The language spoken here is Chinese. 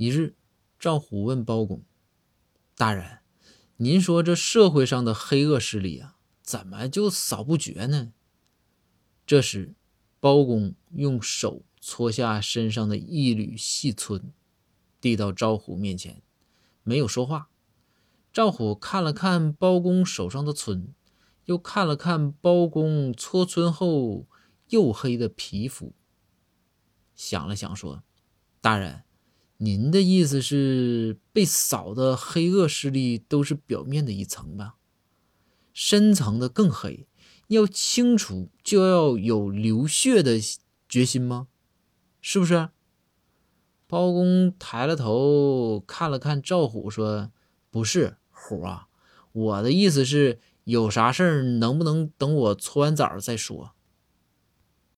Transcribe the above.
一日，赵虎问包公：大人，您说这社会上的黑恶势力啊，怎么就扫不绝呢？这时，包公用手搓下身上的一缕细皴，递到赵虎面前，没有说话。赵虎看了看包公手上的皴，又看了看包公搓皴后黝黑的皮肤，想了想说：大人，您的意思是被扫的黑恶势力都是表面的一层吧？深层的更黑，要清除就要有流血的决心吗？是不是？包公抬了头看了看赵虎说：不是，虎啊，我的意思是有啥事儿能不能等我搓完澡再说？